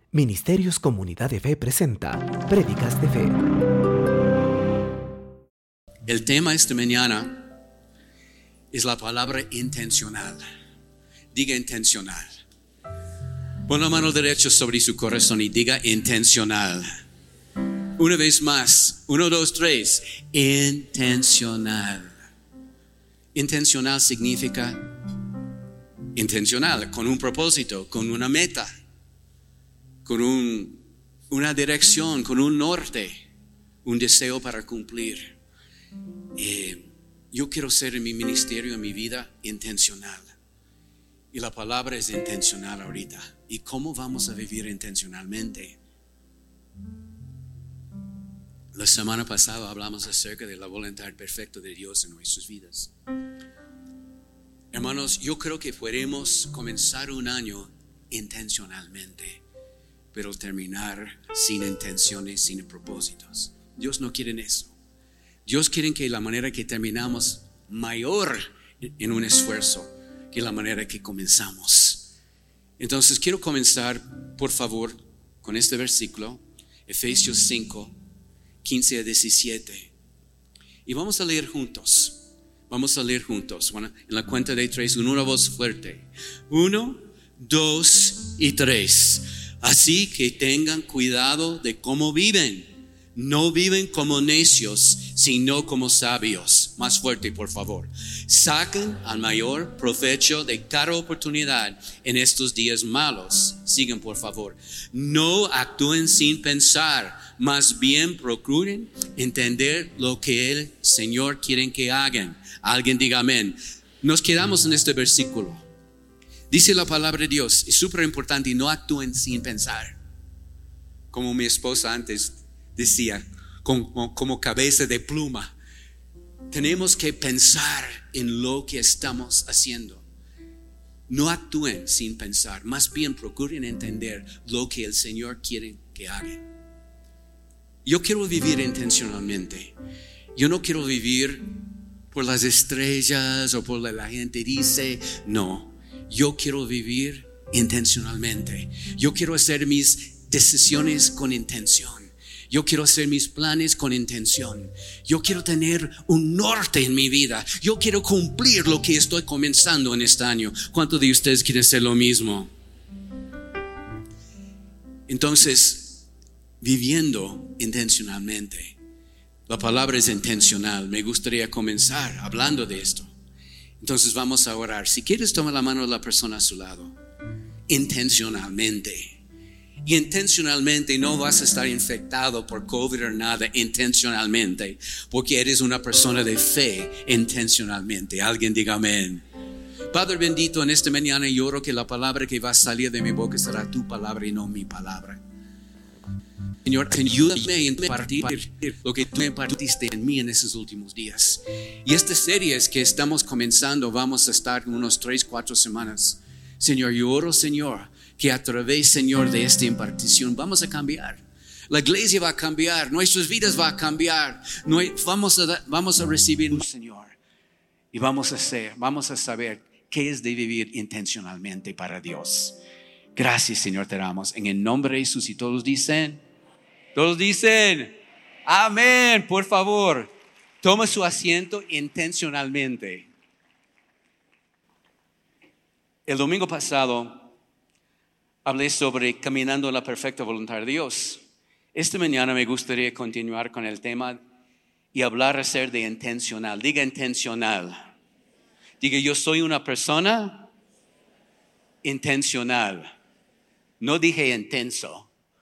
Ministerios Comunidad de Fe presenta Prédicas de Fe. El tema esta mañana es la palabra intencional. Diga intencional. Pon la mano derecha sobre su corazón y diga intencional. Una vez más. 1, 2, 3. Intencional. Intencional significa intencional, con un propósito, con una meta, con una dirección, con un norte, un deseo para cumplir. Yo quiero ser en mi ministerio, en mi vida, intencional. Y la palabra es intencional ahorita. ¿Y cómo vamos a vivir intencionalmente? La semana pasada hablamos acerca de la voluntad perfecta de Dios en nuestras vidas. Hermanos, yo creo que podemos comenzar un año intencionalmente, pero terminar sin intenciones, sin propósitos. Dios no quiere eso. Dios quiere que la manera que terminamos mayor en un esfuerzo que la manera que comenzamos. Entonces quiero comenzar, por favor, con este versículo, Efesios 5, 15 a 17. Y vamos a leer juntos. Bueno, en la cuenta de 3, una voz fuerte. 1, 2 y 3. Así que tengan cuidado de cómo viven. No viven como necios, sino como sabios. Más fuerte, por favor. Saquen al mayor provecho de cada oportunidad en estos días malos. Sigan, por favor. No actúen sin pensar, más bien procuren entender lo que el Señor quiere que hagan. Alguien diga amén. Nos quedamos en este versículo. Dice la palabra de Dios, es súper importante, no actúen sin pensar. Como mi esposa antes decía, como cabeza de pluma. Tenemos que pensar en lo que estamos haciendo. No actúen sin pensar, más bien procuren entender lo que el Señor quiere que hagan. Yo quiero vivir intencionalmente. Yo no quiero vivir por las estrellas o por lo que la gente dice. No, yo quiero vivir intencionalmente. Yo quiero hacer mis decisiones con intención. Yo quiero hacer mis planes con intención. Yo quiero tener un norte en mi vida. Yo quiero cumplir lo que estoy comenzando en este año. ¿Cuántos de ustedes quieren hacer lo mismo? Entonces, viviendo intencionalmente. La palabra es intencional. Me gustaría comenzar hablando de esto. Entonces vamos a orar. Si quieres, toma la mano de la persona a su lado. Intencionalmente. Y intencionalmente no vas a estar infectado por COVID o nada intencionalmente, porque eres una persona de fe intencionalmente. Alguien diga amén. Padre bendito, en esta mañana yo oro que la palabra que va a salir de mi boca será tu palabra y no mi palabra. Señor, ayúdame a impartir lo que tú impartiste en mí en esos últimos días. Y esta serie es que estamos comenzando, vamos a estar unos 3-4 semanas. Señor, yo oro, Señor, que a través, Señor, de esta impartición vamos a cambiar. La iglesia va a cambiar, nuestras vidas va a cambiar. Vamos a recibir un Señor. Y vamos a saber qué es de vivir intencionalmente para Dios. Gracias, Señor, te damos. En el nombre de Jesús, y todos dicen, amén. Por favor, toma su asiento intencionalmente. El domingo pasado hablé sobre caminando en la perfecta voluntad de Dios. Esta mañana me gustaría continuar con el tema y hablar acerca de intencional. Diga intencional. Diga, yo soy una persona intencional. No dije intenso.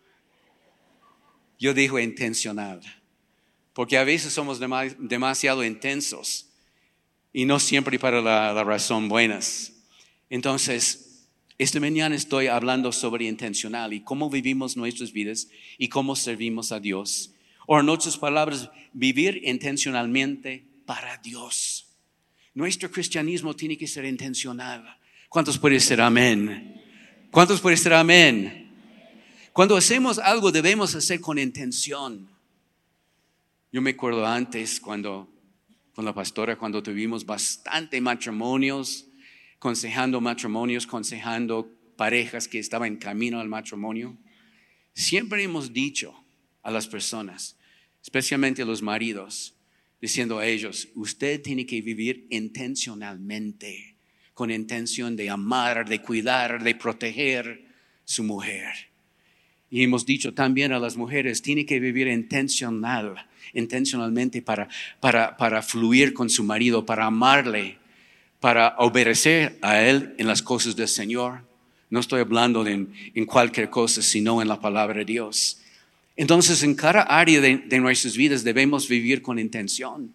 Yo dije intencional. Porque a veces somos demasiado intensos y no siempre para la razón buenas. Entonces, esta mañana estoy hablando sobre intencional y cómo vivimos nuestras vidas y cómo servimos a Dios. O en otras palabras, vivir intencionalmente para Dios. Nuestro cristianismo tiene que ser intencional. ¿Cuántos pueden ser amén? ¿Cuántos pueden ser amén? Cuando hacemos algo debemos hacer con intención. Yo me acuerdo antes con la pastora, cuando tuvimos bastante matrimonios, aconsejando parejas que estaban en camino al matrimonio. Siempre hemos dicho a las personas, especialmente a los maridos, diciendo a ellos, usted tiene que vivir intencionalmente, con intención de amar, de cuidar, de proteger su mujer. Y hemos dicho también a las mujeres, tiene que vivir intencionalmente para fluir con su marido, para amarle, para obedecer a él en las cosas del Señor. No estoy hablando en cualquier cosa, sino en la palabra de Dios. Entonces, en cada área de nuestras vidas debemos vivir con intención.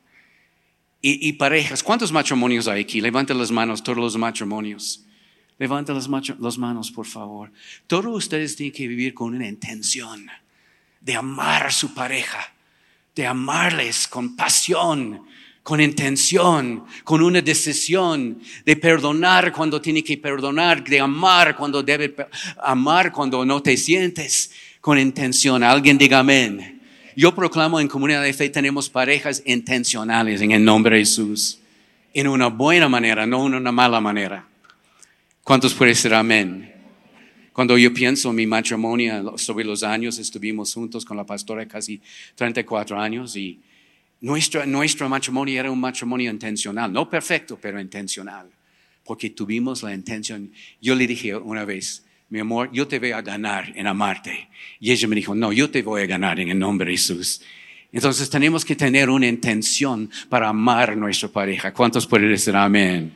Y parejas, ¿cuántos matrimonios hay aquí? Levanten las manos, todos los matrimonios. Levanten las manos, por favor. Todos ustedes tienen que vivir con una intención de amar a su pareja, de amarles con pasión, con intención, con una decisión de perdonar cuando tiene que perdonar, de amar cuando debe amar, cuando no te sientes con intención. Alguien diga amén. Yo proclamo en Comunidad de Fe tenemos parejas intencionales en el nombre de Jesús, en una buena manera, no en una mala manera. ¿Cuántos pueden decir amén? Cuando yo pienso en mi matrimonio, sobre los años estuvimos juntos con la pastora casi 34 años y nuestro matrimonio era un matrimonio intencional, no perfecto, pero intencional, porque tuvimos la intención. Yo le dije una vez, mi amor, yo te voy a ganar en amarte. Y ella me dijo, no, yo te voy a ganar en el nombre de Jesús. Entonces tenemos que tener una intención para amar a nuestra pareja. ¿Cuántos pueden decir amén?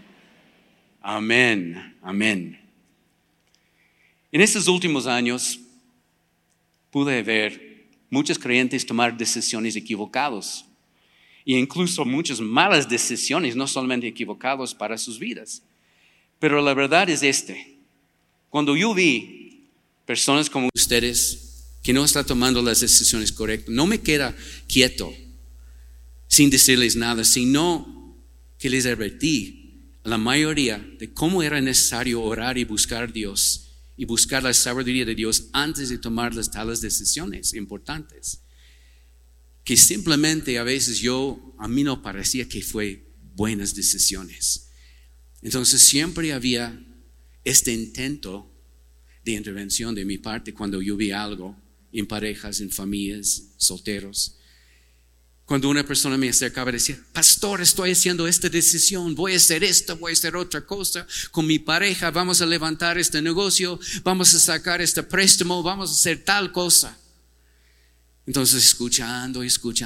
Amén, amén. En estos últimos años pude ver muchos creyentes tomar decisiones equivocadas e incluso muchas malas decisiones, no solamente equivocadas para sus vidas. Pero la verdad es cuando yo vi personas como ustedes que no están tomando las decisiones correctas, no me queda quieto sin decirles nada, sino que les advertí a la mayoría de cómo era necesario orar y buscar a Dios y buscar la sabiduría de Dios antes de tomar las tales decisiones importantes. Que simplemente a veces a mí no parecía que fue buenas decisiones. Entonces siempre había este intento de intervención de mi parte cuando yo vi algo en parejas, en familias, solteros. Cuando una persona me acercaba y decía, pastor, estoy haciendo esta decisión, voy a hacer esto, voy a hacer otra cosa con mi pareja, vamos a levantar este negocio, vamos a sacar este préstamo, vamos a hacer tal cosa. Entonces escuchando,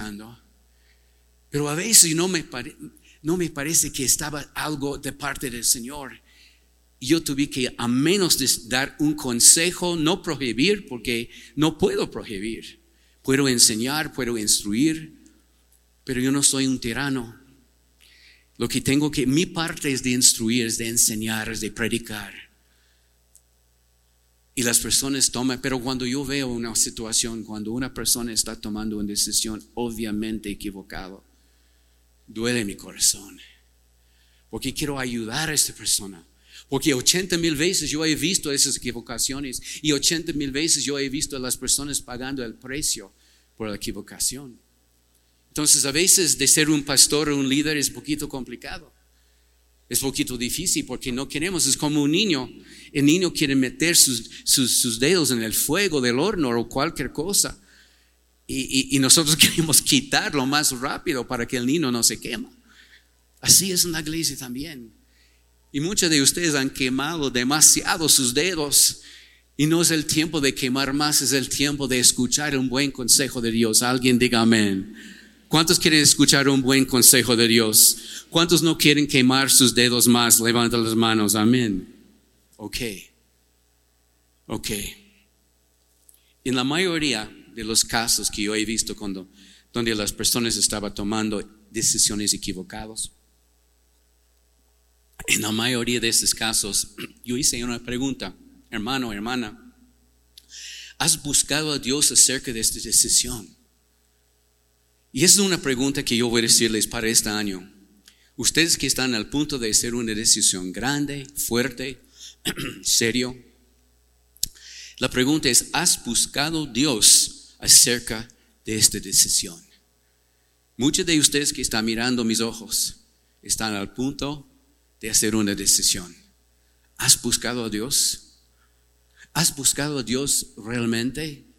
pero a veces no me parece que estaba algo de parte del Señor. Yo tuve que, a menos de dar un consejo, no prohibir, porque no puedo prohibir. Puedo enseñar, puedo instruir, pero yo no soy un tirano. Mi parte es de instruir, es de enseñar, es de predicar. Y las personas toman, pero cuando yo veo una situación, cuando una persona está tomando una decisión obviamente equivocada, duele mi corazón. Porque quiero ayudar a esta persona. Porque 80,000 veces yo he visto esas equivocaciones y 80,000 veces yo he visto a las personas pagando el precio por la equivocación. Entonces a veces de ser un pastor o un líder es un poquito complicado. Es un poquito difícil porque no queremos, es como un niño. El niño quiere meter sus dedos en el fuego del horno o cualquier cosa. Y nosotros queremos quitarlo más rápido para que el niño no se quema. Así es en la iglesia también. Y muchos de ustedes han quemado demasiado sus dedos. Y no es el tiempo de quemar más, es el tiempo de escuchar un buen consejo de Dios. Alguien diga amén. ¿Cuántos quieren escuchar un buen consejo de Dios? ¿Cuántos no quieren quemar sus dedos más? Levanten las manos. Amén. Ok. En la mayoría de los casos que yo he visto donde las personas estaban tomando decisiones equivocadas, en la mayoría de estos casos, yo hice una pregunta, hermano, hermana, ¿has buscado a Dios acerca de esta decisión? Y esa es una pregunta que yo voy a decirles para este año. Ustedes que están al punto de hacer una decisión grande, fuerte, serio. La pregunta es, ¿has buscado a Dios acerca de esta decisión? Muchos de ustedes que están mirando mis ojos están al punto de hacer una decisión. ¿Has buscado a Dios? ¿Has buscado a Dios realmente?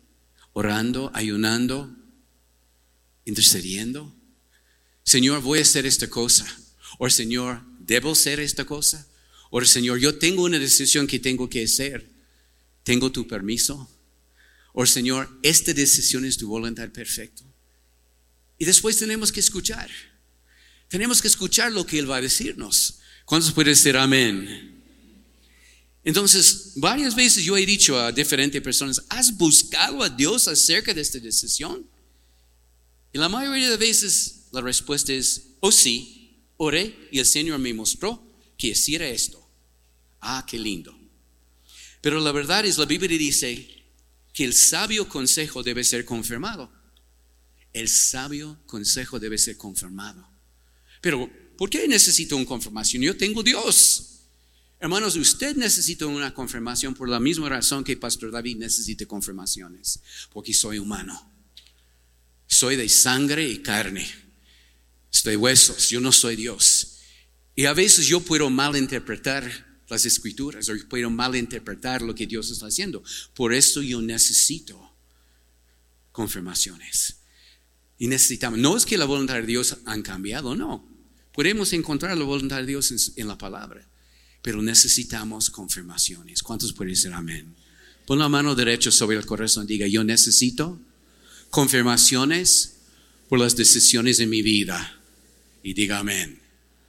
orando, ayunando, intercediendo. Señor, voy a hacer esta cosa. O Señor, ¿debo hacer esta cosa? O Señor, yo tengo una decisión que tengo que hacer. ¿Tengo tu permiso? O Señor, esta decisión es tu voluntad perfecta. Y después tenemos que escuchar. Tenemos que escuchar lo que Él va a decirnos. ¿Cuántos pueden decir amén? Entonces, varias veces yo he dicho a diferentes personas, ¿has buscado a Dios acerca de esta decisión? Y la mayoría de veces la respuesta es, oh sí, oré y el Señor me mostró que hiciera esto. Ah, qué lindo. Pero la verdad es, la Biblia dice que el sabio consejo debe ser confirmado. El sabio consejo debe ser confirmado. Pero, ¿por qué necesito una confirmación? Yo tengo Dios. Hermanos, usted necesita una confirmación por la misma razón que Pastor David necesita confirmaciones. Porque soy humano. Soy de sangre y carne. Soy de huesos. Yo no soy Dios. Y a veces yo puedo malinterpretar las escrituras, o yo puedo malinterpretar lo que Dios está haciendo. Por eso yo necesito confirmaciones. Y necesitamos, no es que la voluntad de Dios han cambiado, no. Podemos encontrar la voluntad de Dios en la palabra. Pero necesitamos confirmaciones. ¿Cuántos pueden decir amén? Pon la mano derecha sobre el corazón. Diga, yo necesito confirmaciones por las decisiones de mi vida. Y diga amén.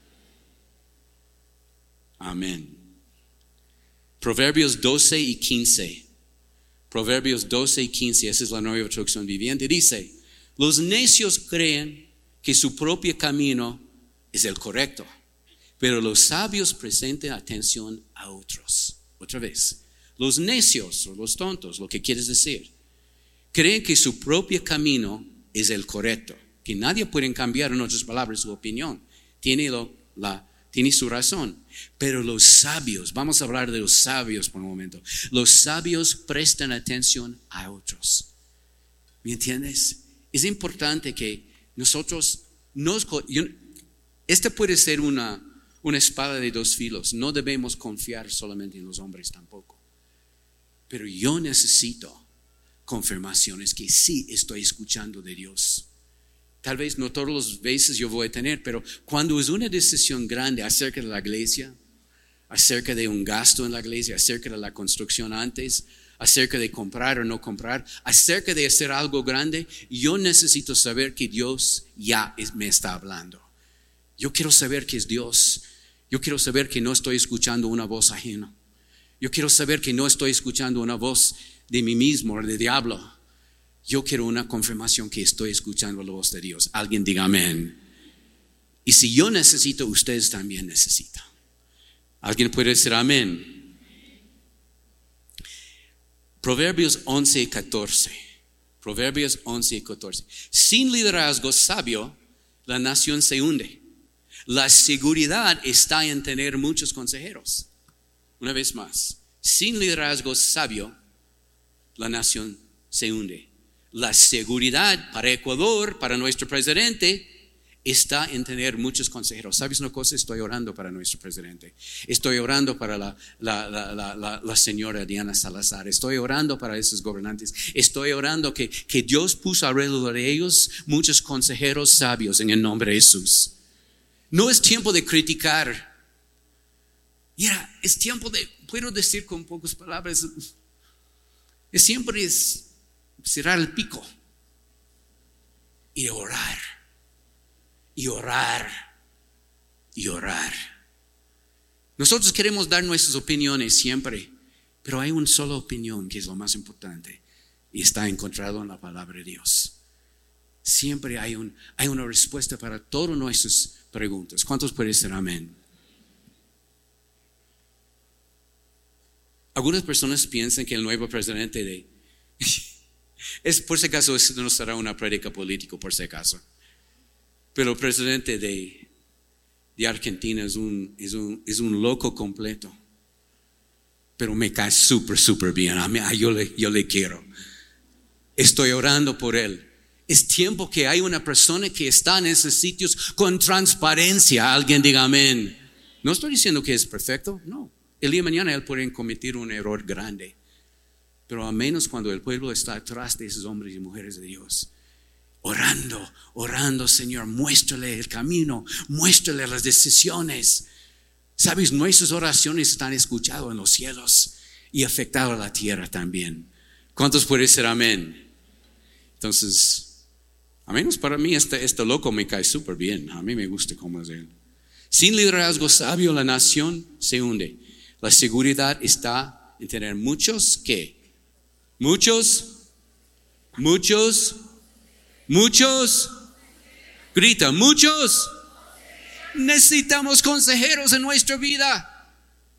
Amén. Proverbios 12 y 15. Proverbios 12 y 15. Esa es la nueva traducción viviente. Dice, los necios creen que su propio camino es el correcto. Pero los sabios prestan atención a otros. Otra vez, los necios o los tontos, lo que quieres decir, creen que su propio camino es el correcto, que nadie puede cambiar, en otras palabras, su opinión. Tiene su razón. Pero los sabios, vamos a hablar de los sabios por un momento. Los sabios prestan atención a otros. ¿Me entiendes? Es importante que nosotros esta puede ser una espada de dos filos. No debemos confiar solamente en los hombres tampoco. Pero yo necesito confirmaciones que sí estoy escuchando de Dios. Tal vez no todas las veces yo voy a tener, pero cuando es una decisión grande acerca de la iglesia, acerca de un gasto en la iglesia, acerca de la construcción antes, acerca de comprar o no comprar, acerca de hacer algo grande, yo necesito saber que Dios ya me está hablando. Yo quiero saber que es Dios. Yo quiero saber que no estoy escuchando una voz ajena. Yo quiero saber que no estoy escuchando una voz de mí mismo o del diablo. Yo quiero una confirmación que estoy escuchando la voz de Dios. Alguien diga amén. Y si yo necesito, ustedes también necesitan. ¿Alguien puede decir amén? Proverbios 11 y 14. Proverbios 11 y 14. Sin liderazgo sabio, la nación se hunde. La seguridad está en tener muchos consejeros. Una vez más, sin liderazgo sabio, la nación se hunde. La seguridad para Ecuador, para nuestro presidente, está en tener muchos consejeros. ¿Sabes una cosa? Estoy orando para nuestro presidente. Estoy orando para la señora Diana Salazar. Estoy orando para esos gobernantes. Estoy orando que Dios puso alrededor de ellos muchos consejeros sabios en el nombre de Jesús. No es tiempo de criticar. Mira, es tiempo de, puedo decir con pocas palabras, siempre es cerrar el pico y orar, y orar, y orar. Nosotros queremos dar nuestras opiniones siempre, pero hay una sola opinión que es lo más importante y está encontrado en la palabra de Dios. Siempre hay una respuesta para todas nuestras preguntas. ¿Cuántos pueden decir amén? Algunas personas piensan que el nuevo presidente por si acaso, esto no será una prédica política, por si acaso. Pero el presidente de Argentina es un loco completo. Pero me cae súper bien. Yo le quiero. Estoy orando por él. Es tiempo que hay una persona que está en esos sitios con transparencia. Alguien diga amén. No estoy diciendo que es perfecto, no. El día de mañana él puede cometer un error grande. Pero a menos cuando el pueblo está atrás de esos hombres y mujeres de Dios, orando, Señor, muéstrale el camino, muéstrale las decisiones. Sabes, nuestras oraciones están escuchadas en los cielos y afectadas a la tierra también. ¿Cuántos pueden decir amén? Entonces, a menos para mí este loco me cae súper bien. A mí me gusta cómo es él. Sin liderazgo sabio la nación se hunde. La seguridad está en tener muchos, ¿qué? Muchos. Grita, muchos. Necesitamos consejeros en nuestra vida.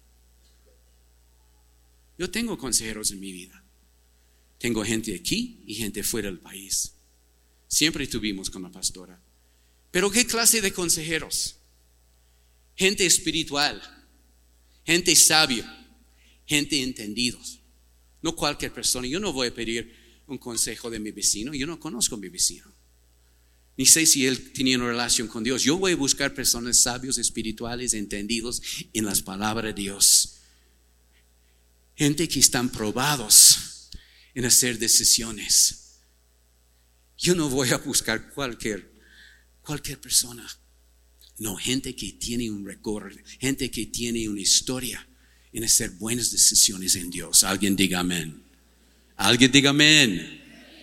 Yo tengo consejeros en mi vida. Tengo gente aquí y gente fuera del país. Siempre tuvimos con la pastora. Pero ¿qué clase de consejeros? Gente espiritual, gente sabia, gente entendidos. No cualquier persona. Yo no voy a pedir un consejo de mi vecino. Yo no conozco a mi vecino. Ni sé si él tenía una relación con Dios. Yo voy a buscar personas sabios, espirituales, entendidos en las palabras de Dios. Gente que están probados en hacer decisiones. Yo no voy a buscar cualquier persona. No, gente que tiene un récord, gente que tiene una historia en hacer buenas decisiones en Dios. Alguien diga amén. Alguien diga amén.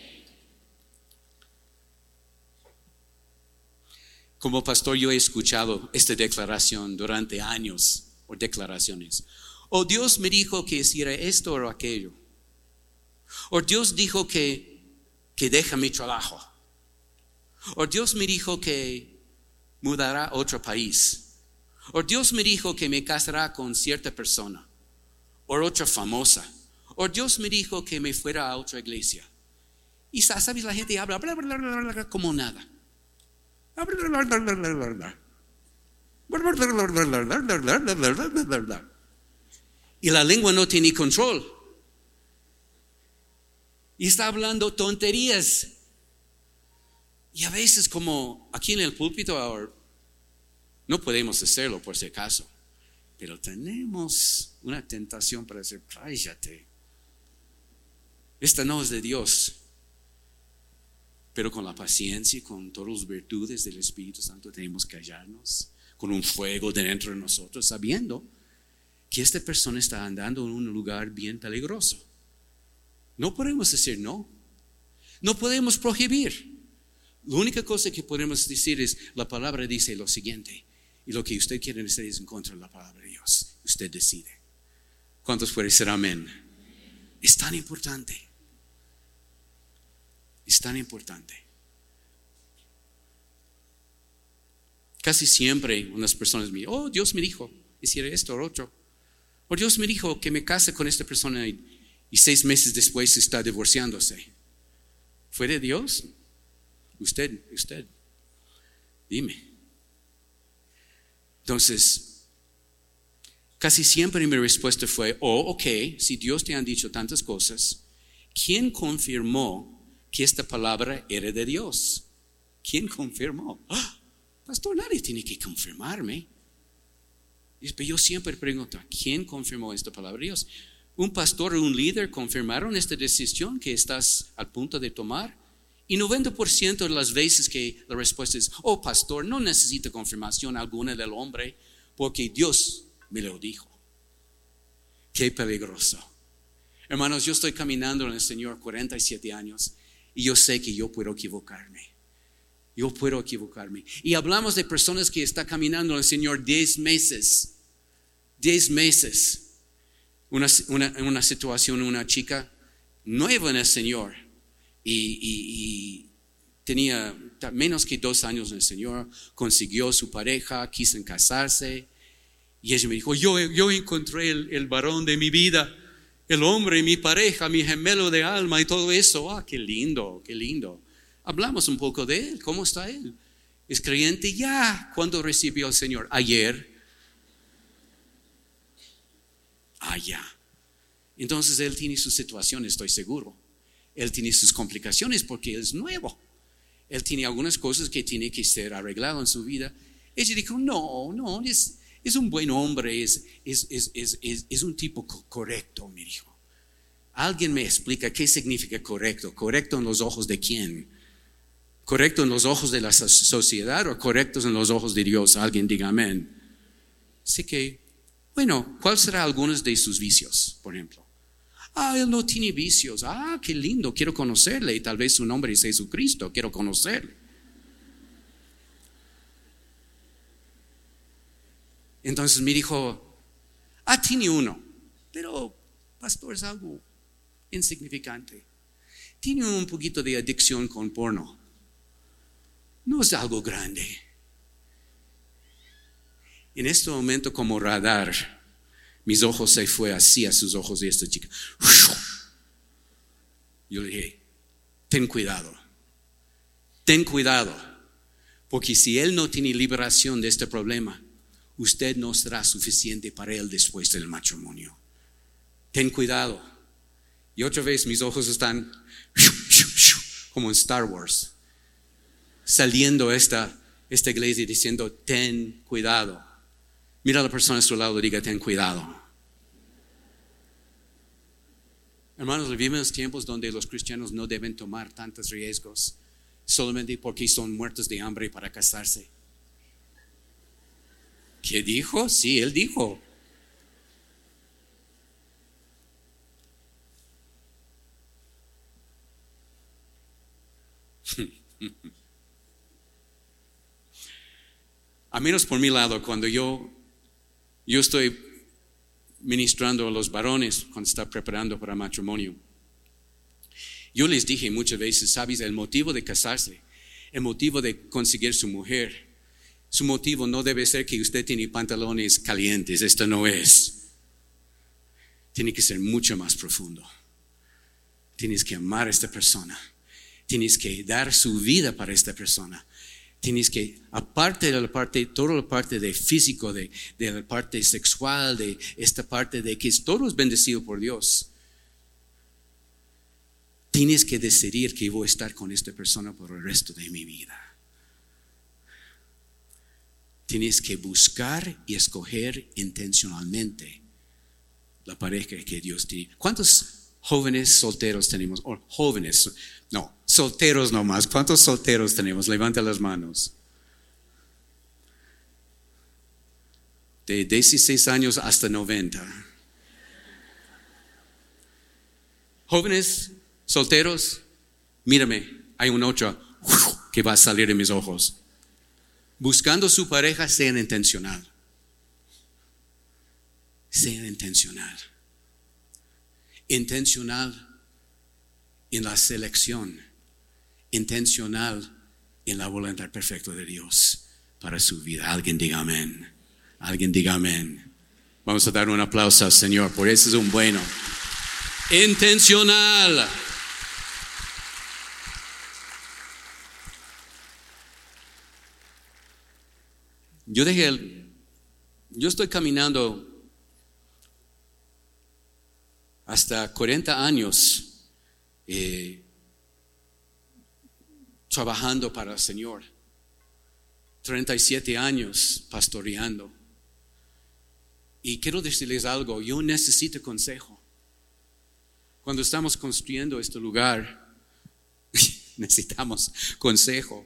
Como pastor yo he escuchado esta declaración durante años, o declaraciones. O Dios me dijo que hiciera esto o aquello. O Dios dijo que deja mi trabajo. O Dios me dijo que mudará a otro país. O Dios me dijo que me casará con cierta persona. O otra famosa. O Dios me dijo que me fuera a otra iglesia. Y sabes, la gente habla bla, bla, bla, bla, bla, como nada. Y la lengua no tiene control. Y está hablando tonterías. Y a veces, como aquí en el púlpito ahora, no podemos hacerlo por si acaso, pero tenemos una tentación para decir, cállate. Esta no es de Dios. Pero con la paciencia y con todas las virtudes del Espíritu Santo tenemos que callarnos, con un fuego dentro de nosotros, sabiendo que esta persona está andando en un lugar bien peligroso. No podemos decir no. No podemos prohibir. La única cosa que podemos decir es, la palabra dice lo siguiente, y lo que usted quiere decir es en contra de la palabra de Dios. Usted decide. ¿Cuántos pueden decir amén? Es tan importante. Es tan importante. Casi siempre unas personas me dicen, oh, Dios me dijo, hiciera esto o otro. O Dios me dijo que me case con esta persona y 6 meses después está divorciándose. ¿Fue de Dios? Usted, dime. Entonces, casi siempre mi respuesta fue, ok, si Dios te han dicho tantas cosas, ¿quién confirmó que esta palabra era de Dios? ¿Quién confirmó? Pastor, nadie tiene que confirmarme. Pero yo siempre pregunto, ¿quién confirmó esta palabra de Dios? ¿Un pastor o un líder confirmaron esta decisión que estás al punto de tomar? Y 90% de las veces que la respuesta es, oh pastor, no necesito confirmación alguna del hombre porque Dios me lo dijo. Qué peligroso. Hermanos, yo estoy caminando en el Señor 47 años y yo sé que yo puedo equivocarme. Y hablamos de personas que están caminando en el Señor 10 meses. 10 meses. Una situación, una chica nueva en el Señor y tenía menos que 2 años en el Señor, consiguió su pareja, quiso casarse y ella me dijo, yo encontré el varón de mi vida, el hombre, mi pareja, mi gemelo de alma y todo eso. Qué lindo, qué lindo. Hablamos un poco de él, ¿cómo está él? ¿Es creyente ya? ¿Cuándo recibió al Señor? Ayer. Ya. Entonces él tiene su situación, estoy seguro. Él tiene sus complicaciones porque él es nuevo. Él tiene algunas cosas que tiene que ser arreglado en su vida. Ella dijo, no, es un buen hombre, es un tipo correcto, me dijo. Alguien me explica qué significa correcto. ¿Correcto en los ojos de quién? ¿Correcto en los ojos de la sociedad o correctos en los ojos de Dios? Alguien diga amén. Así que, bueno, ¿cuáles serán algunos de sus vicios, por ejemplo? Él no tiene vicios. Qué lindo, quiero conocerle. Y tal vez su nombre es Jesucristo, quiero conocerle. Entonces me dijo, tiene uno, pero pastor, es algo insignificante. Tiene un poquito de adicción con porno. No es algo grande. En este momento, como radar, mis ojos se fue así a sus ojos de esta chica. Yo le dije, ten cuidado, porque si él no tiene liberación de este problema, usted no será suficiente para él después del matrimonio. Ten cuidado. Y otra vez mis ojos están como en Star Wars, saliendo esta iglesia diciendo, ten cuidado. Mira a la persona a su lado y diga, ten cuidado. Hermanos, vivimos tiempos donde los cristianos no deben tomar tantos riesgos solamente porque son muertos de hambre para casarse. ¿Qué dijo? Sí, él dijo. A menos por mi lado, cuando yo estoy ministrando a los varones cuando está preparando para matrimonio, yo les dije muchas veces, ¿sabes? El motivo de casarse, el motivo de conseguir su mujer, su motivo no debe ser que usted tiene pantalones calientes. Esto no es. Tiene que ser mucho más profundo. Tienes que amar a esta persona. Tienes que dar su vida para esta persona. Tienes que, aparte de toda la parte de físico, de la parte sexual, de esta parte de que todo es bendecido por Dios, tienes que decidir que voy a estar con esta persona por el resto de mi vida. Tienes que buscar y escoger intencionalmente la pareja que Dios tiene. ¿Cuántos jóvenes solteros tenemos? Solteros nomás. ¿Cuántos solteros tenemos? Levanta las manos. De 16 años hasta 90. Jóvenes solteros, mírame, hay un otro que va a salir de mis ojos. Buscando su pareja, sean intencional. Sean intencional. Intencional en la selección. Intencional en la voluntad perfecta de Dios para su vida. Alguien diga amén. Alguien diga amén. Vamos a dar un aplauso al Señor, por eso es un bueno. Intencional. Yo estoy caminando hasta 40 años trabajando para el Señor, 37 años pastoreando. Y quiero decirles algo, yo necesito consejo. Cuando estamos construyendo este lugar, necesitamos consejo.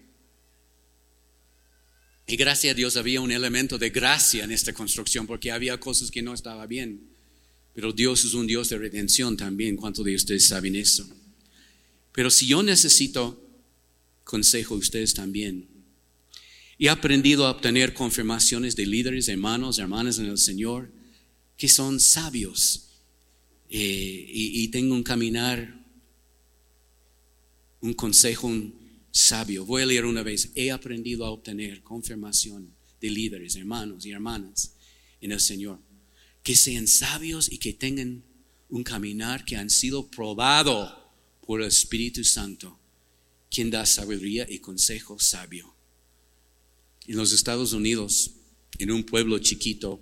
Y gracias a Dios había un elemento de gracia en esta construcción, porque había cosas que no estaban bien. Pero Dios es un Dios de redención también. ¿Cuántos de ustedes saben eso? Pero si yo necesito consejo, ustedes también. He aprendido a obtener confirmaciones de líderes, hermanos, hermanas en el Señor, que son sabios. Y tengo un caminar, un consejo sabio. Voy a leer una vez. He aprendido a obtener confirmación de líderes, hermanos y hermanas en el Señor, que sean sabios y que tengan un caminar que han sido probado por el Espíritu Santo, quien da sabiduría y consejo sabio. En los Estados Unidos, en un pueblo chiquito,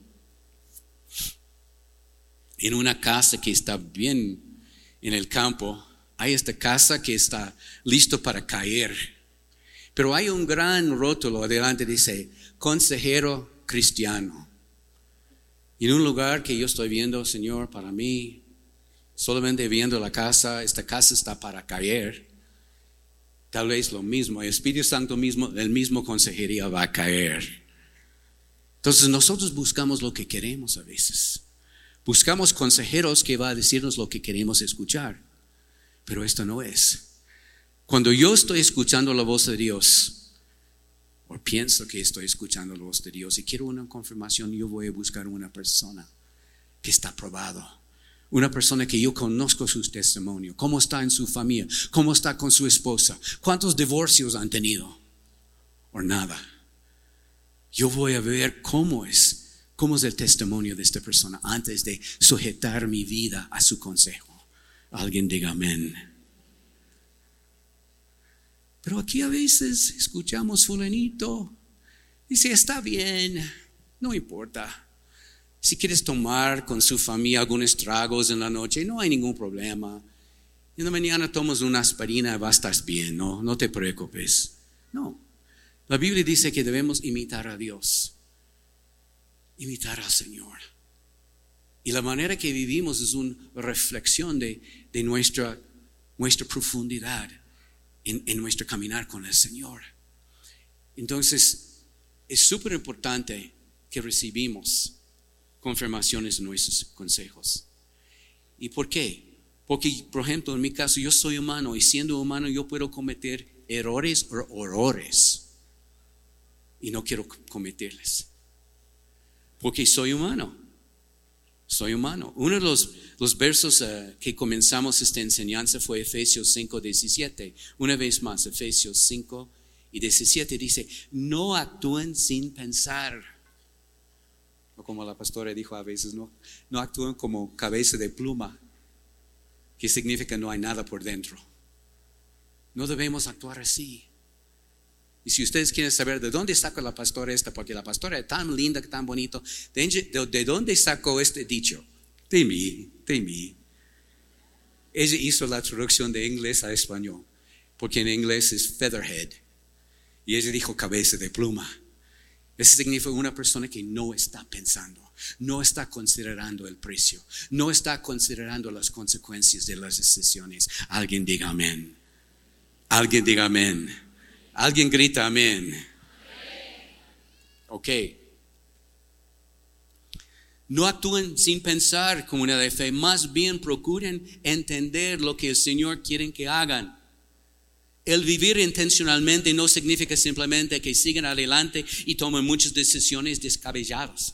en una casa que está bien en el campo, hay esta casa que está listo para caer. Pero hay un gran rótulo adelante, dice, consejero cristiano. Y en un lugar que yo estoy viendo, Señor, para mí, solamente viendo la casa, esta casa está para caer. Tal vez lo mismo, el Espíritu Santo mismo, el mismo consejería va a caer. Entonces nosotros buscamos lo que queremos a veces. Buscamos consejeros que van a decirnos lo que queremos escuchar. Pero esto no es. Cuando yo estoy escuchando la voz de Dios, o pienso que estoy escuchando la voz de Dios y quiero una confirmación, yo voy a buscar una persona que está probado. Una persona que yo conozco su testimonio, cómo está en su familia, cómo está con su esposa, cuántos divorcios han tenido o nada. Yo voy a ver cómo es el testimonio de esta persona antes de sujetar mi vida a su consejo. Alguien diga amén. Pero aquí a veces escuchamos fulanito, dice está bien, no importa. Si quieres tomar con su familia algunos tragos en la noche, no hay ningún problema. En la mañana tomas una aspirina y vas a estar bien, no te preocupes. No, la Biblia dice que debemos imitar a Dios, imitar al Señor. Y la manera que vivimos es una reflexión de nuestra profundidad en nuestro caminar con el Señor. Entonces, es súper importante que recibimos confirmaciones de nuestros consejos. ¿Y por qué? Porque, por ejemplo, en mi caso, yo soy humano y siendo humano yo puedo cometer errores o horrores y no quiero cometerles. Porque soy humano. Soy humano. Uno de los versos que comenzamos esta enseñanza fue Efesios 5:17. Una vez más, Efesios 5:17 dice, no actúen sin pensar. O como la pastora dijo a veces, no actúen como cabeza de pluma, que significa no hay nada por dentro. No debemos actuar así. Y si ustedes quieren saber de dónde sacó la pastora esta, porque la pastora es tan linda, tan bonito, ¿de dónde sacó este dicho? De mí. Ella hizo la traducción de inglés a español, porque en inglés es featherhead. Y ella dijo cabeza de pluma. Eso significa una persona que no está pensando, no está considerando el precio, no está considerando las consecuencias de las decisiones. Alguien diga amén. Alguien diga amén. Alguien grita amén. Ok. No actúen sin pensar, comunidad de fe, más bien procuren entender lo que el Señor quiere que hagan. El vivir intencionalmente no significa simplemente que sigan adelante y tomen muchas decisiones descabelladas,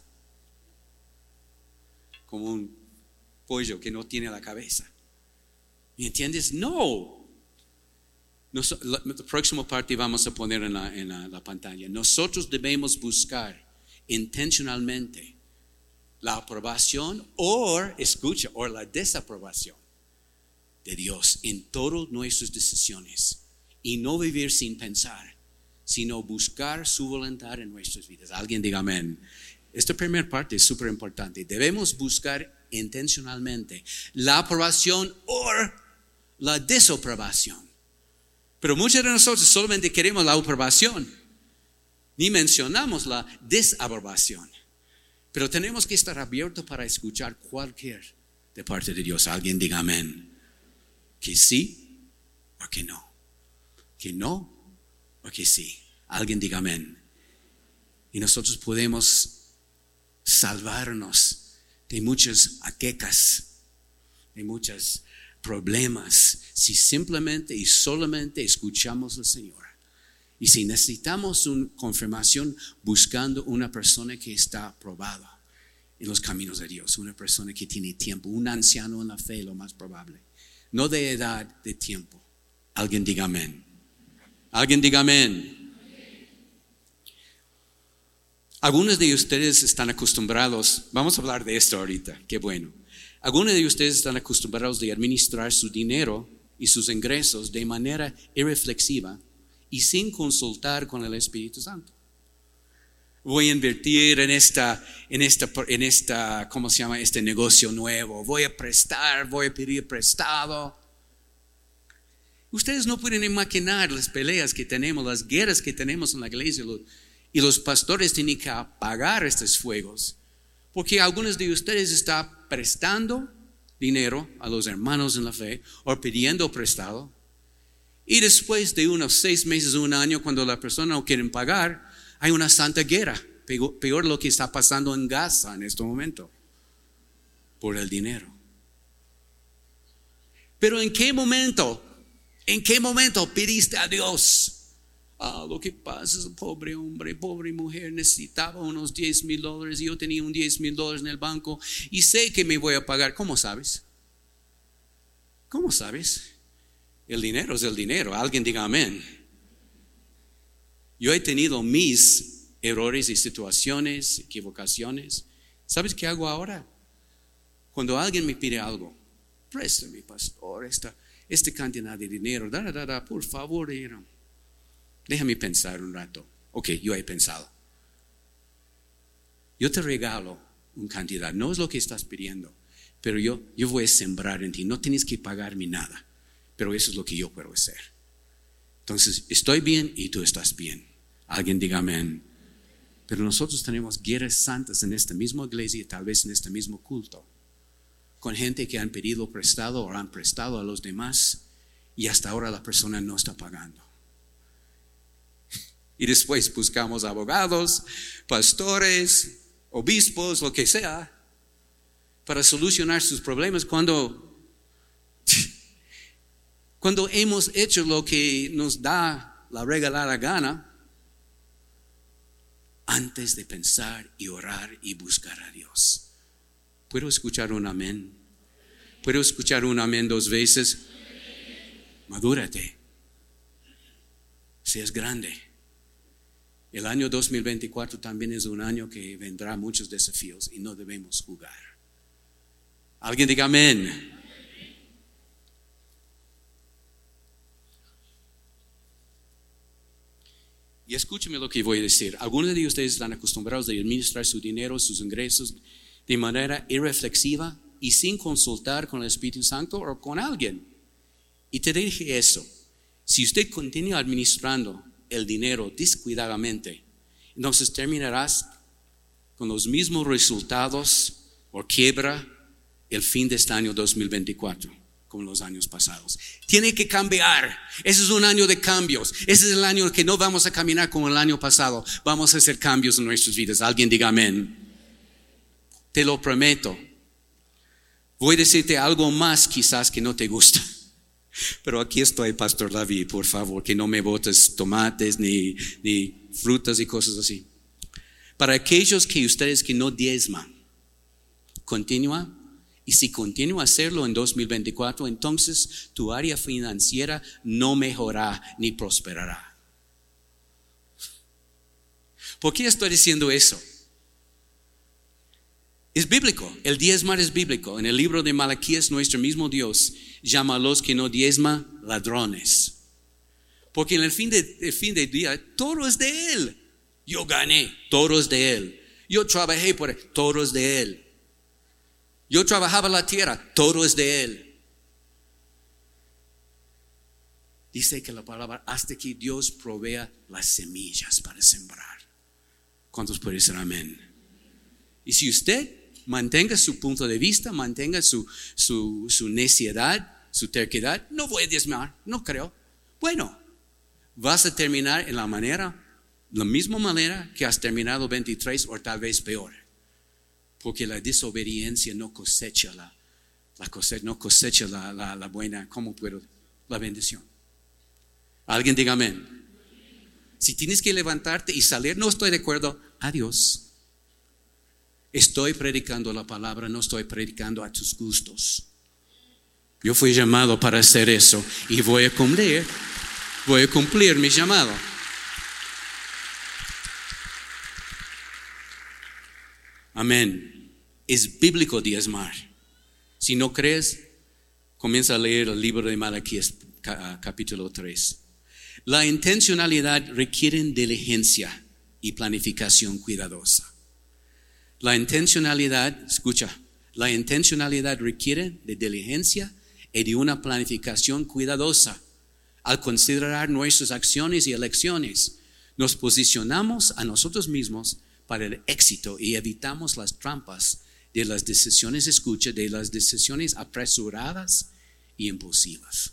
como un pollo que no tiene la cabeza. ¿Me entiendes? No. La próxima parte vamos a poner en la pantalla. Nosotros debemos buscar intencionalmente la aprobación o la desaprobación de Dios en todas nuestras decisiones. Y no vivir sin pensar, sino buscar su voluntad en nuestras vidas. Alguien diga amén. Esta primera parte es súper importante. Debemos buscar intencionalmente la aprobación o la desaprobación. Pero muchos de nosotros solamente queremos la aprobación, ni mencionamos la desaprobación. Pero tenemos que estar abiertos para escuchar cualquier de parte de Dios. Alguien diga amén. Que sí o que no. Que no o que sí. Alguien diga amén. Y nosotros podemos salvarnos de muchas aquecas, de muchos problemas, si simplemente y solamente escuchamos al Señor. Y si necesitamos una confirmación, buscando una persona que está probada en los caminos de Dios, una persona que tiene tiempo, un anciano en la fe, lo más probable. No de edad, de tiempo. Alguien diga amén. Alguien diga amén. Algunos de ustedes están acostumbrados, vamos a hablar de esto ahorita, qué bueno. Algunos de ustedes están acostumbrados de administrar su dinero y sus ingresos de manera irreflexiva y sin consultar con el Espíritu Santo. Voy a invertir en esta, ¿cómo se llama? Este negocio nuevo. Voy a pedir prestado. Ustedes no pueden imaginar las peleas que tenemos, las guerras que tenemos en la iglesia, y los pastores tienen que apagar estos fuegos, porque algunos de ustedes están prestando dinero a los hermanos en la fe o pidiendo prestado. Y después de unos 6 meses, un año, cuando la persona no quiere pagar, hay una santa guerra. Peor lo que está pasando en Gaza en este momento. Por el dinero. Pero ¿en qué momento pediste a Dios? Lo que pasa es un pobre hombre, pobre mujer necesitaba unos $10,000 y yo tenía un $10,000 en el banco y sé que me voy a pagar. ¿Cómo sabes? ¿Cómo sabes? El dinero es el dinero. Alguien diga amén. Yo he tenido mis errores y situaciones, equivocaciones. ¿Sabes qué hago ahora? Cuando alguien me pide algo, préstame, pastor, esta cantidad de dinero, por favor, déjame pensar un rato. Ok, yo he pensado. Yo te regalo una cantidad, no es lo que estás pidiendo, pero yo voy a sembrar en ti. No tienes que pagarme nada, pero eso es lo que yo puedo hacer. Entonces, estoy bien y tú estás bien. Alguien diga amén. Pero nosotros tenemos guerras santas en esta misma iglesia, tal vez en este mismo culto, con gente que han pedido prestado o han prestado a los demás y hasta ahora la persona no está pagando. Y después buscamos abogados, pastores, obispos, lo que sea, para solucionar sus problemas cuando hemos hecho lo que nos da la regalada gana antes de pensar y orar y buscar a Dios. ¿Puedo escuchar un amén? ¿Puedo escuchar un amén 2 veces? Madúrate. Seas grande. El año 2024 también es un año que vendrá muchos desafíos y no debemos jugar. Alguien diga amén. Y escúcheme lo que voy a decir. Algunos de ustedes están acostumbrados a administrar su dinero, sus ingresos de manera irreflexiva y sin consultar con el Espíritu Santo o con alguien. Y te dije eso. Si usted continúa administrando el dinero descuidadamente, entonces terminarás con los mismos resultados o quiebra el fin de este año 2024 como los años pasados. Tiene que cambiar. Ese es un año de cambios. Ese es el año que no vamos a caminar como el año pasado. Vamos a hacer cambios en nuestras vidas. Alguien diga amén. Te lo prometo. Voy a decirte algo más quizás que no te gusta. Pero aquí estoy, Pastor David, por favor, que no me botes tomates ni frutas y cosas así. Para aquellos que ustedes que no diezman, continúa. Y si continúa a hacerlo en 2024, entonces tu área financiera no mejorará ni prosperará. ¿Por qué estoy diciendo eso? Es bíblico, el diezmar es bíblico. En el libro de Malaquías, nuestro mismo Dios llama a los que no diezman ladrones. Porque en el fin del día, todo es de Él. Yo gané, todo es de Él. Yo trabajé por Él, todo es de Él. Yo trabajaba la tierra, todo es de Él. Dice que la palabra, hasta que Dios provea las semillas para sembrar. ¿Cuántos pueden decir amén? Y si usted mantenga su punto de vista, mantenga su necedad, su terquedad, no voy a diezmar, no creo. Bueno, vas a terminar en la misma manera que has terminado 23 o tal vez peor. Porque la desobediencia no cosecha la buena, ¿cómo puedo? La bendición. Alguien diga amén. Si tienes que levantarte y salir, no estoy de acuerdo, adiós. Estoy predicando la palabra, no estoy predicando a tus gustos. Yo fui llamado para hacer eso y voy a cumplir mi llamado. Amén. Es bíblico diezmar. Si no crees, comienza a leer el libro de Malaquías, capítulo 3. La intencionalidad requiere diligencia y planificación cuidadosa. La intencionalidad requiere de diligencia y de una planificación cuidadosa. Al considerar nuestras acciones y elecciones, nos posicionamos a nosotros mismos para el éxito y evitamos las trampas de las decisiones, escucha, de las decisiones apresuradas y impulsivas.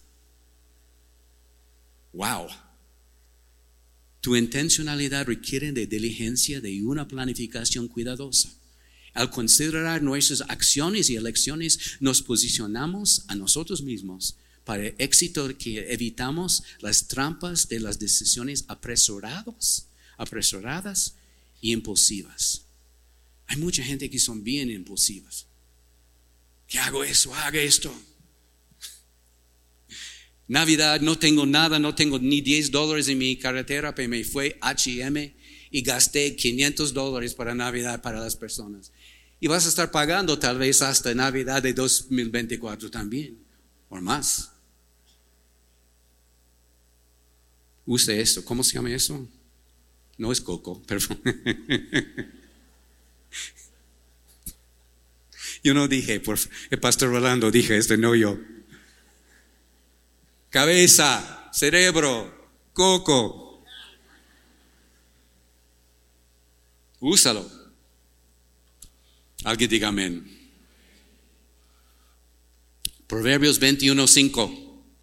Wow. Tu intencionalidad requiere de diligencia, de una planificación cuidadosa. Al considerar nuestras acciones y elecciones, nos posicionamos a nosotros mismos para el éxito, que evitamos las trampas de las decisiones apresuradas y impulsivas. Hay mucha gente que son bien impulsivas. ¿Qué hago eso? Haga esto. Navidad, no tengo nada, no tengo ni $10 en mi cartera, pero me fue H&M y gasté $500 para Navidad para las personas. Y vas a estar pagando tal vez hasta Navidad de 2024 también, o más. Use esto. ¿Cómo se llama eso? No es coco, perdón. Yo no dije, el pastor Rolando dije esto, no yo. Cabeza, cerebro, coco. Úsalo. Alguien diga amén. Proverbios 21:5.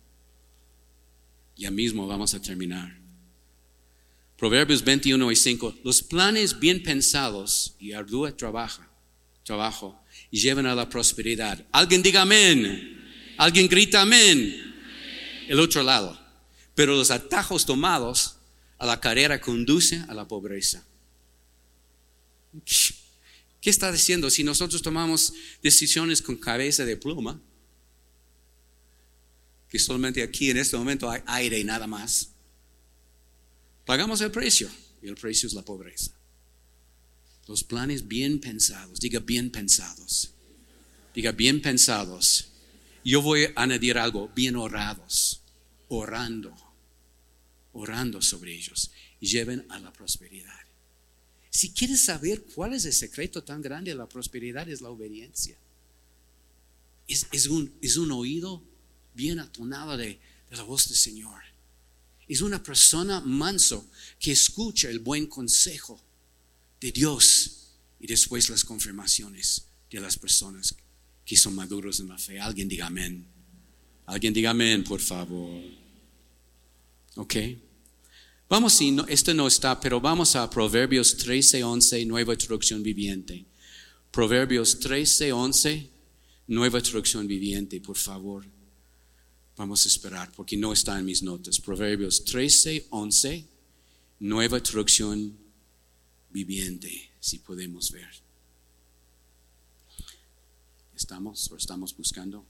Ya mismo vamos a terminar. Proverbios 21:5. Los planes bien pensados y arduo trabajo y llevan a la prosperidad. Alguien diga amén. Alguien grita amén. El otro lado. Pero los atajos tomados a la carrera conducen a la pobreza. ¿Qué está diciendo? Si nosotros tomamos decisiones con cabeza de pluma, que solamente aquí en este momento hay aire y nada más, pagamos el precio, y el precio es la pobreza. Los planes bien pensados, diga bien pensados, diga bien pensados. Yo voy a añadir algo, bien orados, orando sobre ellos, y lleven a la prosperidad. Si quieres saber cuál es el secreto tan grande de la prosperidad, es la obediencia. Es un oído bien atonado de la voz del Señor. Es una persona manso que escucha el buen consejo de Dios y después las confirmaciones de las personas que son maduros en la fe. Alguien diga amén. Alguien diga amén, por favor. Ok. Vamos, si no, esto no está, pero vamos a Proverbios 13:11, nueva traducción viviente. Proverbios 13:11, nueva traducción viviente, por favor. Vamos a esperar porque no está en mis notas. Proverbios 13:11, nueva traducción viviente, si podemos ver. ¿Estamos buscando?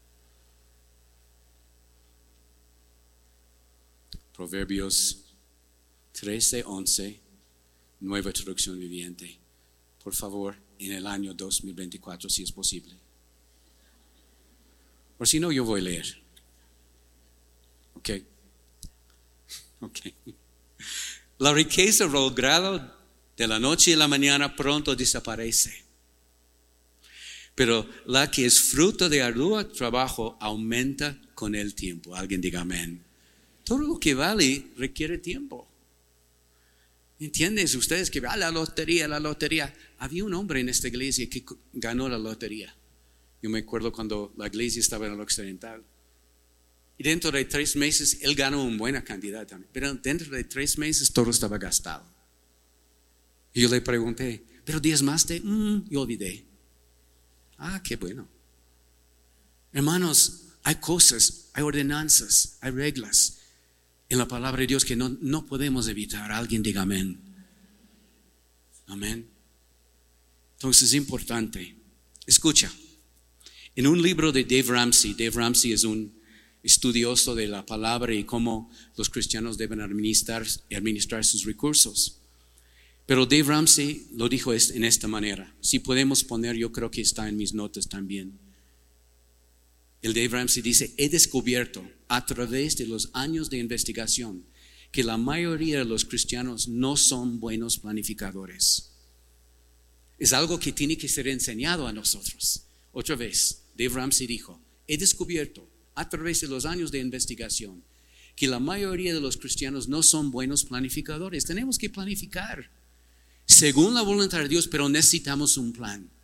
Proverbios 13:11, nueva traducción viviente. Por favor, en el año 2024, si es posible. O si no, yo voy a leer. Ok. La riqueza lograda de la noche y la mañana pronto desaparece. Pero la que es fruto de arduo trabajo aumenta con el tiempo. Alguien diga amén. Todo lo que vale requiere tiempo. ¿Entiendes? Ustedes que la lotería. Había un hombre en esta iglesia que ganó la lotería. Yo me acuerdo cuando la iglesia estaba en el occidental. Y dentro de 3 meses él ganó una buena cantidad también. Pero dentro de 3 meses todo estaba gastado. Y yo le pregunté, ¿pero diezmaste? Yo olvidé. Qué bueno. Hermanos, hay cosas, hay ordenanzas, hay reglas en la palabra de Dios que no podemos evitar. Alguien diga amén. Amén. Entonces es importante. Escucha. En un libro de Dave Ramsey es un estudioso de la palabra y cómo los cristianos deben administrar sus recursos. Pero Dave Ramsey lo dijo en esta manera. Si podemos poner, yo creo que está en mis notas también. El Dave Ramsey dice, he descubierto a través de los años de investigación que la mayoría de los cristianos no son buenos planificadores. Es algo que tiene que ser enseñado a nosotros. Otra vez, Dave Ramsey dijo, he descubierto a través de los años de investigación que la mayoría de los cristianos no son buenos planificadores. Tenemos que planificar según la voluntad de Dios, pero necesitamos un plan.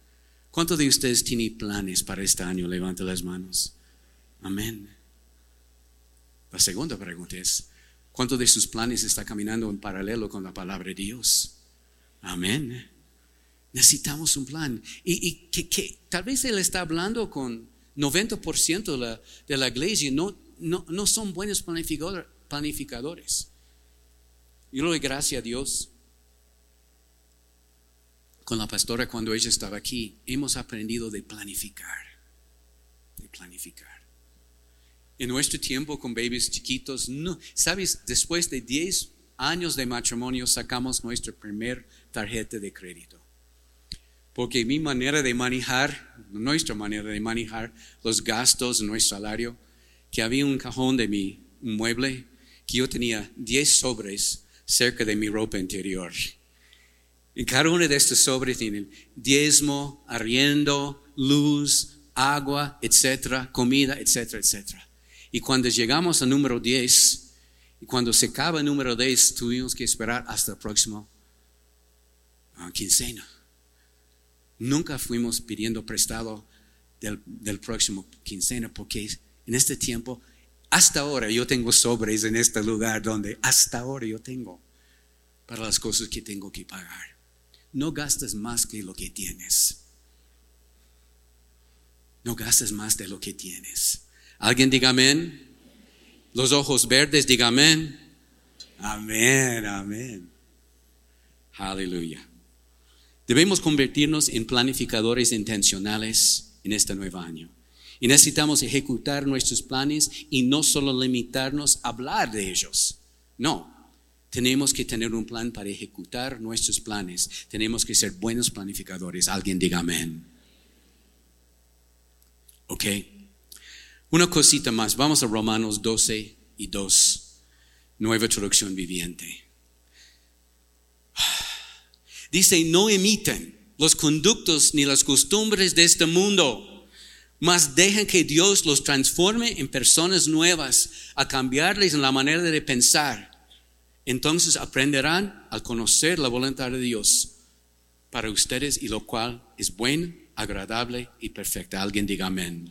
¿Cuántos de ustedes tienen planes para este año? Levanta las manos. Amén. La segunda pregunta es, ¿cuántos de sus planes está caminando en paralelo con la palabra de Dios? Amén. Necesitamos un plan. Y que tal vez Él está hablando con 90% de la iglesia. No son buenos planificadores. Yo le doy gracias a Dios. Con la pastora cuando ella estaba aquí, hemos aprendido de planificar. En nuestro tiempo con bebés chiquitos, no, ¿sabes? Después de 10 años de matrimonio sacamos nuestra primer tarjeta de crédito. Porque nuestra manera de manejar los gastos de nuestro salario, que había un cajón de mi mueble, que yo tenía 10 sobres cerca de mi ropa interior. En cada uno de estos sobres tienen diezmo, arriendo, luz, agua, etcétera, comida, etcétera, etcétera. Y cuando llegamos al número 10, y cuando se acaba el número 10, tuvimos que esperar hasta el próximo quincena. Nunca fuimos pidiendo prestado del próximo quincena, porque en este tiempo, hasta ahora yo tengo sobres en este lugar donde hasta ahora yo tengo para las cosas que tengo que pagar. No gastes más que lo que tienes. No gastes más de lo que tienes. ¿Alguien diga amén? Los ojos verdes, diga amén. Amén, amén. Aleluya. Debemos convertirnos en planificadores intencionales en este nuevo año. Y necesitamos ejecutar nuestros planes y no solo limitarnos a hablar de ellos. No. Tenemos que tener un plan para ejecutar nuestros planes. Tenemos que ser buenos planificadores. Alguien diga amén. Ok. Una cosita más. Vamos a Romanos 12:2. Nueva traducción viviente. Dice, no imiten los conductos ni las costumbres de este mundo, mas dejen que Dios los transforme en personas nuevas, a cambiarles en la manera de pensar. Entonces aprenderán a conocer la voluntad de Dios para ustedes, y lo cual es bueno, agradable y perfecta. Alguien diga amén.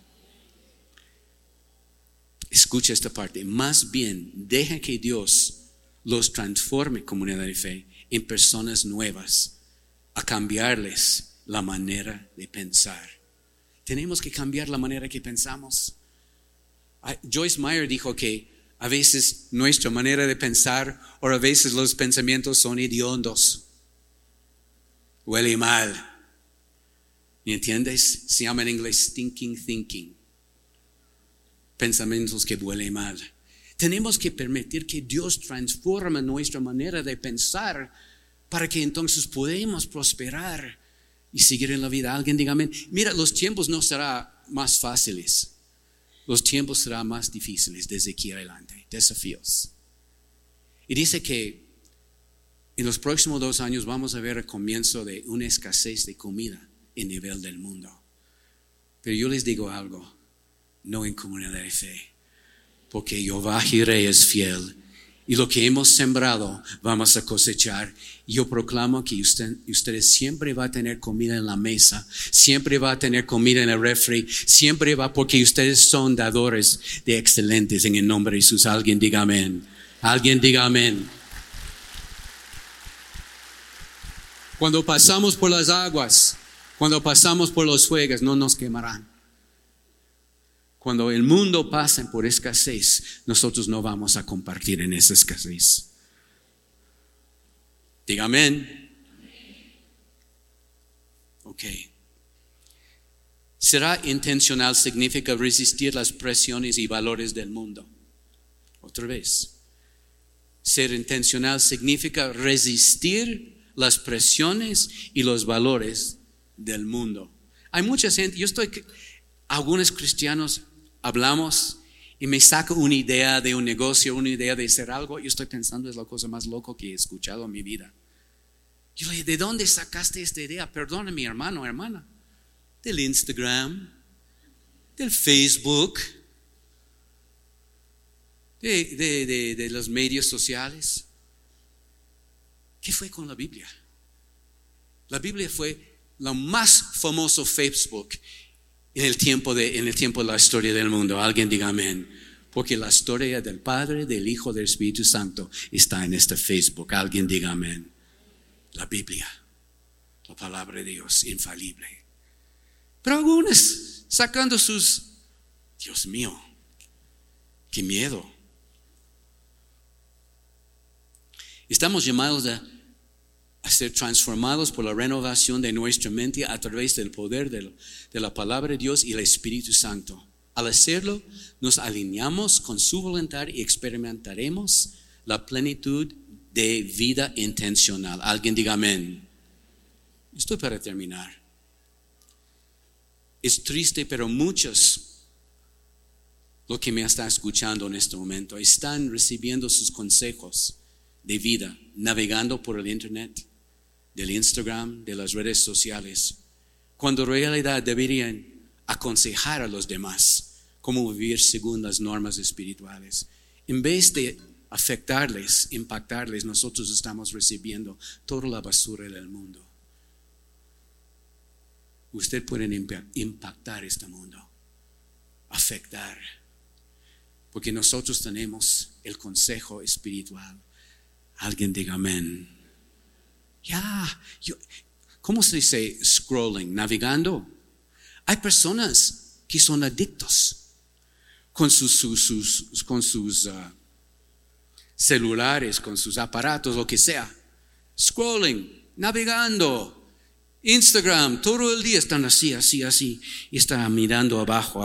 Escucha esta parte. Más bien, deja que Dios los transforme, comunidad de fe, en personas nuevas, a cambiarles la manera de pensar. Tenemos que cambiar la manera que pensamos. Joyce Meyer dijo que a veces nuestra manera de pensar, o a veces los pensamientos son hediondos. Huele mal. ¿Me entiendes? Se llama en inglés stinking thinking. Pensamientos que huelen mal. Tenemos que permitir que Dios transforme nuestra manera de pensar para que entonces podamos prosperar y seguir en la vida. Alguien diga amén. Mira, los tiempos no serán más fáciles. Los tiempos serán más difíciles desde aquí adelante. Desafíos. Y dice que en los próximos 2 años vamos a ver el comienzo de una escasez de comida en nivel del mundo. Pero yo les digo algo, no en comunidad de fe, porque Jehová Jireh es fiel, y lo que hemos sembrado vamos a cosechar. Y yo proclamo que ustedes siempre va a tener comida en la mesa, siempre va a tener comida en el refri, siempre va, porque ustedes son dadores de excelentes en el nombre de Jesús. Alguien diga amén. Alguien diga amén. Cuando pasamos por las aguas, cuando pasamos por los fuegos, no nos quemarán. Cuando el mundo pasa por escasez, nosotros no vamos a compartir en esa escasez. Diga amén. Ok. Será intencional significa resistir las presiones y valores del mundo. Otra vez. Ser intencional significa resistir las presiones y los valores del mundo. Hay mucha gente, algunos cristianos hablamos y me saca una idea de un negocio, una idea de hacer algo. Yo estoy pensando, es la cosa más loca que he escuchado en mi vida. Yo le dije, ¿de dónde sacaste esta idea? Perdona, mi hermano, hermana. Del Instagram, del Facebook, de los medios sociales. ¿Qué fue con la Biblia? La Biblia fue lo más famoso Facebook en el tiempo de la historia del mundo. Alguien diga amén. Porque la historia del Padre, del Hijo, del Espíritu Santo está en este Facebook. Alguien diga amén. La Biblia, la palabra de Dios, infalible. Pero algunos sacando sus, Dios mío, qué miedo. Estamos llamados a ser transformados por la renovación de nuestra mente a través del poder de la palabra de Dios y el Espíritu Santo. Al hacerlo, nos alineamos con su voluntad y experimentaremos la plenitud de vida intencional. Alguien diga amén. Estoy para terminar. Es triste, pero muchos, lo que me está escuchando en este momento, están recibiendo sus consejos de vida, navegando por el internet, del Instagram, de las redes sociales, cuando en realidad deberían aconsejar a los demás cómo vivir según las normas espirituales. En vez de afectarles, impactarles, nosotros estamos recibiendo toda la basura del mundo. Usted puede impactar este mundo, afectar, porque nosotros tenemos el consejo espiritual. Alguien diga amén. ¿Cómo se dice scrolling? Navegando. Hay personas que son adictos con sus celulares, con sus aparatos, lo que sea. Scrolling, navegando. Instagram, todo el día están así. Y están mirando abajo.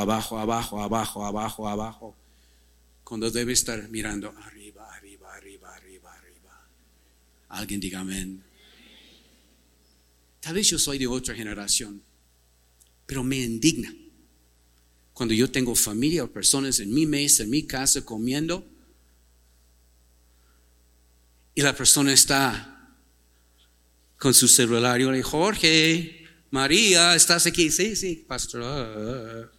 Cuando debe estar mirando arriba. Alguien diga amén. Tal vez yo soy de otra generación, pero me indigna cuando yo tengo familia o personas en mi mesa, en mi casa comiendo, y la persona está con su celular. Yo le digo, Jorge, María, ¿estás aquí? Sí, pastor.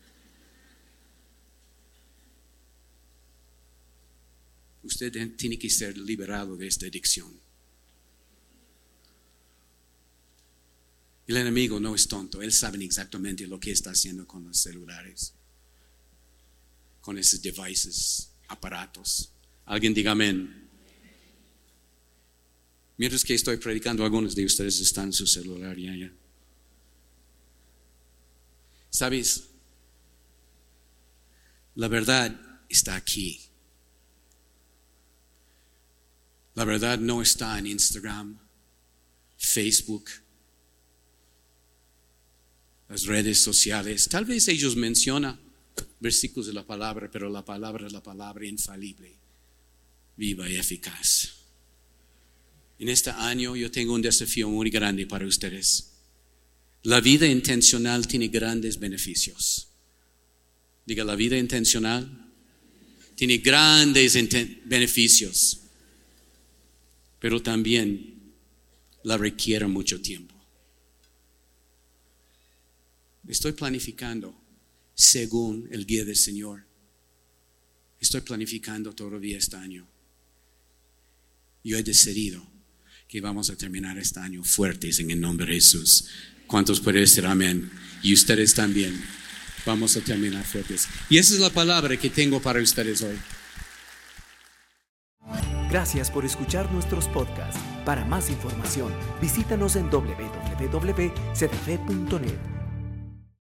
Usted tiene que ser liberado de esta adicción. El enemigo no es tonto, él sabe exactamente lo que está haciendo con los celulares, con esos devices, aparatos. Alguien diga amén. Mientras que estoy predicando, algunos de ustedes están en su celular ya. ¿Sabes? La verdad está aquí. La verdad no está en Instagram, Facebook, las redes sociales. Tal vez ellos mencionan versículos de la palabra, pero la palabra es la palabra infalible, viva y eficaz. En este año yo tengo un desafío muy grande para ustedes. La vida intencional tiene grandes beneficios. Diga, la vida intencional tiene grandes beneficios, pero también la requiere mucho tiempo. Estoy planificando según el guía del Señor. Estoy planificando todavía este año. Yo he decidido que vamos a terminar este año fuertes en el nombre de Jesús. ¿Cuántos pueden decir amén? Y ustedes también. Vamos a terminar fuertes. Y esa es la palabra que tengo para ustedes hoy. Gracias por escuchar nuestros podcasts. Para más información, visítanos en www.cdf.net.